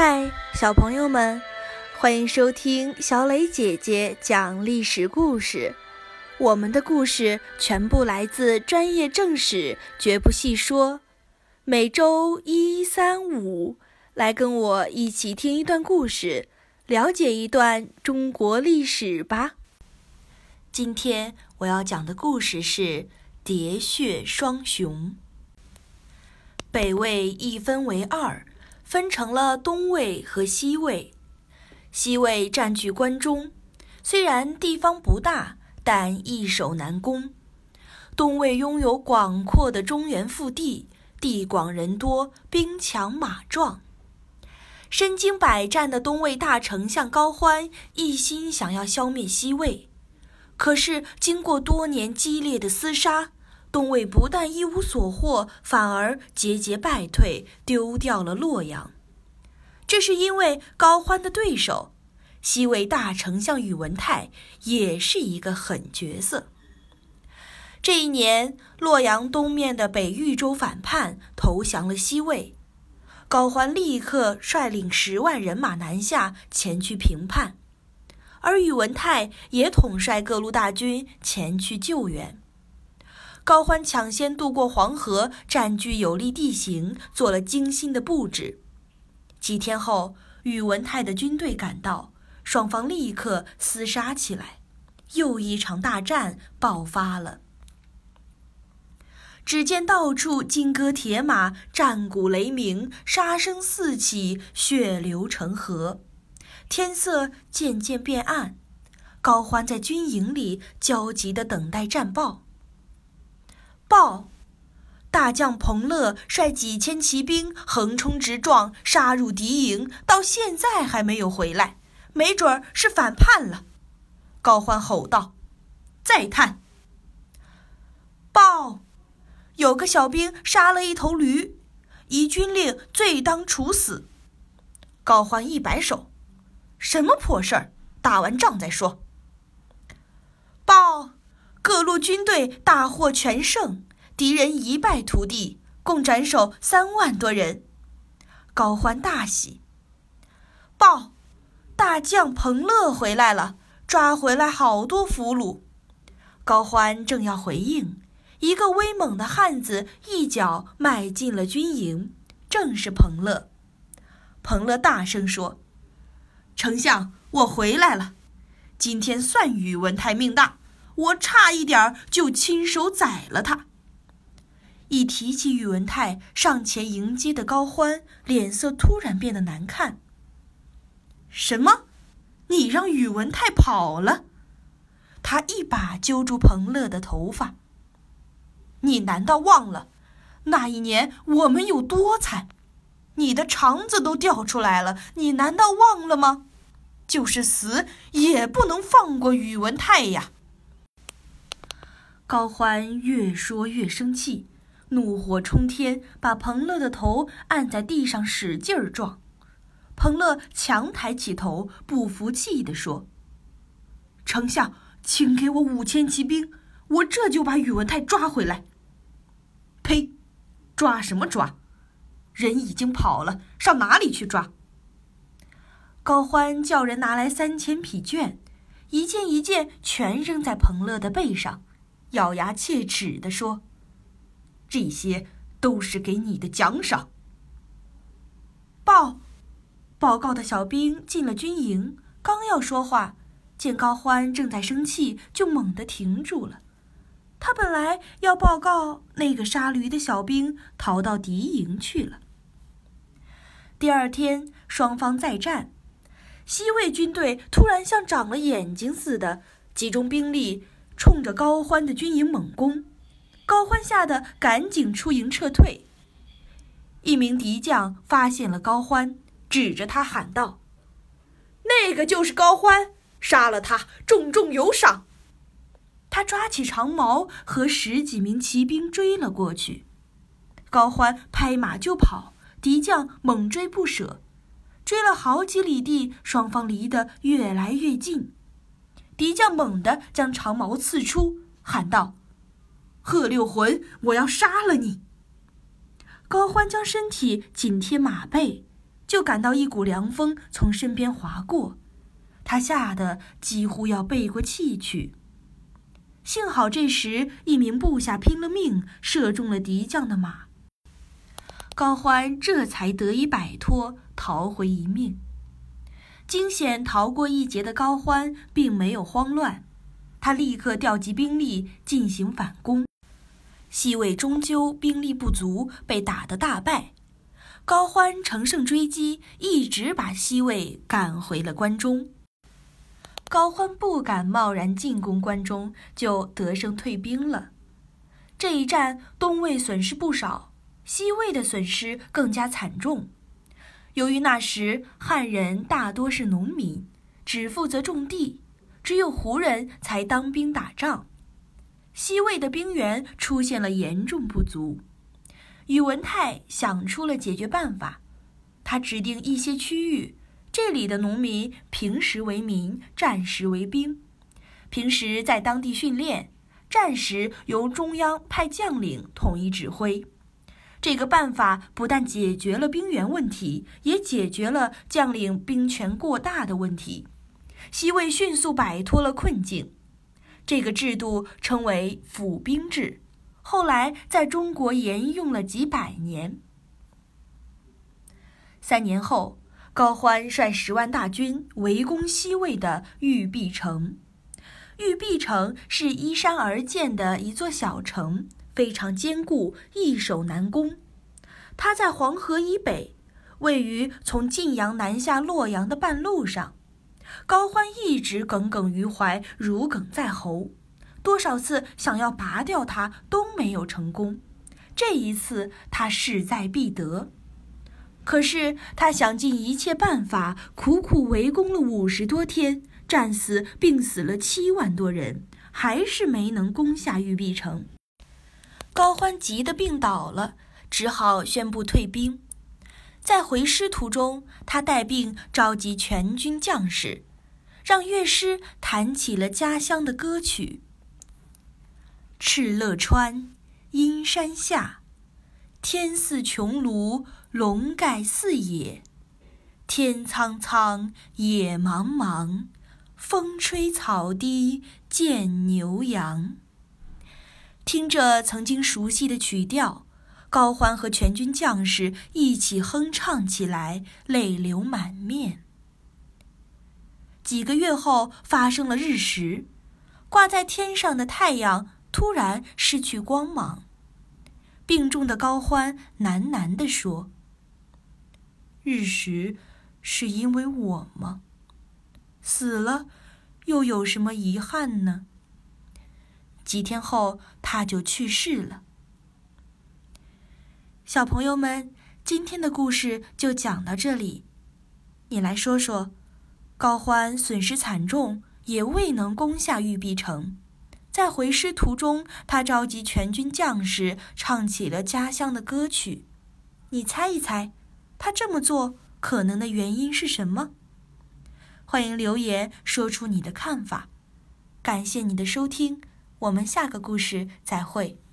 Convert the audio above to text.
嗨，小朋友们，欢迎收听小磊姐姐讲历史故事。我们的故事全部来自专业正史，绝不细说。每周1、3、5，来跟我一起听一段故事，了解一段中国历史吧。今天我要讲的故事是喋血双雄。北魏一分为二，分成了东魏和西魏。西魏占据关中，虽然地方不大，但易守难攻。东魏拥有广阔的中原腹地，地广人多，兵强马壮。身经百战的东魏大丞相高欢一心想要消灭西魏，可是经过多年激烈的厮杀，东魏不但一无所获，反而节节败退，丢掉了洛阳。这是因为高欢的对手西魏大丞相宇文泰也是一个狠角色。这一年，洛阳东面的北豫州反叛，投降了西魏。高欢立刻率领10万人马南下，前去平叛，而宇文泰也统帅各路大军前去救援。高欢抢先渡过黄河，占据有利地形，做了精心的布置。几天后，宇文泰的军队赶到，双方立刻厮杀起来，又一场大战爆发了。只见到处金戈铁马，战鼓雷鸣，杀声四起，血流成河。天色渐渐变暗，高欢在军营里焦急地等待战报。报！大将彭乐率几千骑兵横冲直撞，杀入敌营，到现在还没有回来，没准是反叛了。高欢吼道：“再探！”报！有个小兵杀了一头驴，依军令罪当处死。高欢一摆手：“什么破事儿，打完仗再说。”报！各路军队大获全胜，敌人一败涂地，共斩首3万多人。高欢大喜。报！大将彭乐回来了，抓回来好多俘虏。高欢正要回应，一个威猛的汉子一脚迈进了军营，正是彭乐。彭乐大声说：“丞相，我回来了。今天算宇文泰命大，我差一点就亲手宰了他。”一提起宇文泰，上前迎接的高欢脸色突然变得难看。“什么？你让宇文泰跑了？”他一把揪住彭乐的头发。“你难道忘了那一年我们有多惨？你的肠子都掉出来了，你难道忘了吗？就是死也不能放过宇文泰呀！”高欢越说越生气，怒火冲天，把彭乐的头按在地上使劲儿撞。彭乐强抬起头，不服气地说：“丞相，请给我5000骑兵，我这就把宇文泰抓回来。”“呸！抓什么抓？人已经跑了，上哪里去抓？”高欢叫人拿来3000匹绢，一件一件全扔在彭乐的背上，咬牙切齿地说：“这些都是给你的奖赏。”报告的小兵进了军营，刚要说话，见高欢正在生气，就猛地停住了。他本来要报告那个杀驴的小兵逃到敌营去了。第二天，双方再战，西魏军队突然像长了眼睛似的，集中兵力冲着高欢的军营猛攻。高欢吓得赶紧出营撤退。一名敌将发现了高欢，指着他喊道：“那个就是高欢，杀了他，重重有赏。”他抓起长矛和10几名骑兵追了过去。高欢拍马就跑，敌将猛追不舍，追了好几里地，双方离得越来越近。敌将猛地将长矛刺出，喊道：“贺六魂，我要杀了你！”高欢将身体紧贴马背， 就感到一股凉风从身边划过，他吓得几乎要背过气去。幸好这时一名部下拼了命射中了敌将的马，高欢这才得以摆脱，逃回一命。惊险逃过一劫的高欢并没有慌乱，他立刻调集兵力进行反攻。西魏终究兵力不足，被打得大败。高欢乘胜追击，一直把西魏赶回了关中。高欢不敢贸然进攻关中，就得胜退兵了。这一战，东魏损失不少，西魏的损失更加惨重。由于那时汉人大多是农民，只负责种地，只有胡人才当兵打仗，西魏的兵源出现了严重不足。宇文泰想出了解决办法，他指定一些区域，这里的农民平时为民，战时为兵，平时在当地训练，战时由中央派将领统一指挥。这个办法不但解决了兵源问题，也解决了将领兵权过大的问题。西魏迅速摆脱了困境。这个制度称为府兵制，后来在中国沿用了几百年。3年后，高欢率10万大军围攻西魏的玉璧城。玉璧城是依山而建的一座小城，非常坚固，易守难攻。它在黄河以北，位于从晋阳南下洛阳的半路上。高欢一直耿耿于怀，如鲠在喉，多少次想要拔掉它都没有成功。这一次他势在必得。可是他想尽一切办法，苦苦围攻了50多天，战死病死了7万多人，还是没能攻下玉璧城。高欢急得病倒了，只好宣布退兵。在回师途中，他带病召集全军将士，让乐师弹起了家乡的歌曲：敕勒川，阴山下，天似穹庐，笼盖四野。天苍苍，野茫茫，风吹草低见牛羊。听着曾经熟悉的曲调，高欢和全军将士一起哼唱起来，泪流满面。几个月后发生了日食，挂在天上的太阳突然失去光芒。病重的高欢喃喃地说：日食是因为我吗？死了又有什么遗憾呢？几天后他就去世了。小朋友们，今天的故事就讲到这里。你来说说，高欢损失惨重，也未能攻下玉璧城。在回师途中，他召集全军将士，唱起了家乡的歌曲。你猜一猜，他这么做可能的原因是什么？欢迎留言说出你的看法。感谢你的收听，我们下个故事再会。